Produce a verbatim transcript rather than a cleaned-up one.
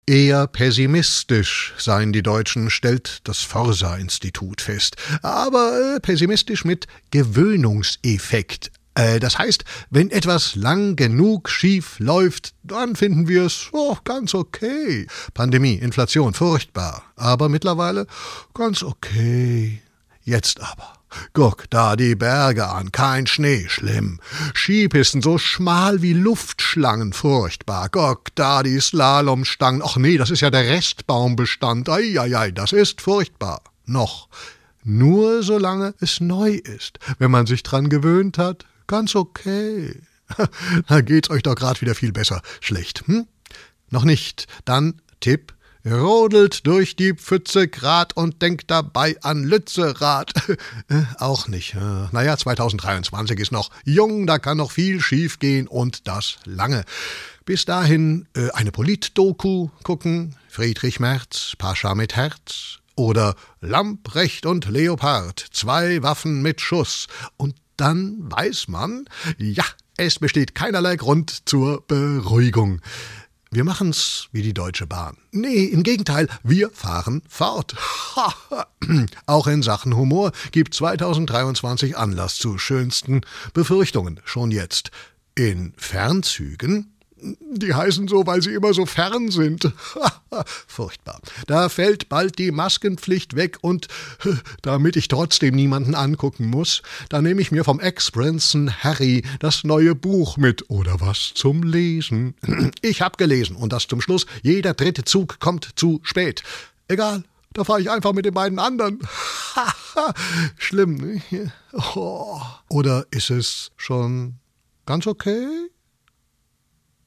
Eher pessimistisch seien die Deutschen, stellt das Forsa-Institut fest. Aber äh, pessimistisch mit Gewöhnungseffekt. Äh, das heißt, wenn etwas lang genug schief läuft, dann finden wir es oh, ganz okay. Pandemie, Inflation, furchtbar. Aber mittlerweile ganz okay. Jetzt aber. Guck da die Berge an, kein Schnee, schlimm. Skipisten so schmal wie Luftschlangen, furchtbar. Guck da die Slalomstangen, ach nee, das ist ja der Restbaumbestand, eieiei, das ist furchtbar. Noch. Nur solange es neu ist. Wenn man sich dran gewöhnt hat, ganz okay. Da geht's euch doch grad wieder viel besser. Schlecht, hm? Noch nicht. Dann Tipp. Rodelt durch die Pfütze grad und denkt dabei an Lützerath. äh, auch nicht. Äh, naja, zweitausenddreiundzwanzig ist noch jung, da kann noch viel schief gehen und das lange. Bis dahin äh, eine Polit-Doku gucken, Friedrich Merz, Pascha mit Herz oder Lamprecht und Leopard, zwei Waffen mit Schuss. Und dann weiß man, ja, es besteht keinerlei Grund zur Beruhigung. Wir machen's wie die Deutsche Bahn. Nee, im Gegenteil, wir fahren fort. Auch in Sachen Humor gibt zweitausenddreiundzwanzig Anlass zu schönsten Befürchtungen, schon jetzt. In Fernzügen? Die heißen so, weil sie immer so fern sind. Furchtbar. Da fällt bald die Maskenpflicht weg und damit ich trotzdem niemanden angucken muss, da nehme ich mir vom Ex-Branson Harry das neue Buch mit oder was zum Lesen. Ich hab gelesen und das zum Schluss, jeder dritte Zug kommt zu spät. Egal, da fahre ich einfach mit den beiden anderen. Schlimm, ne? Oh. Oder ist es schon ganz okay?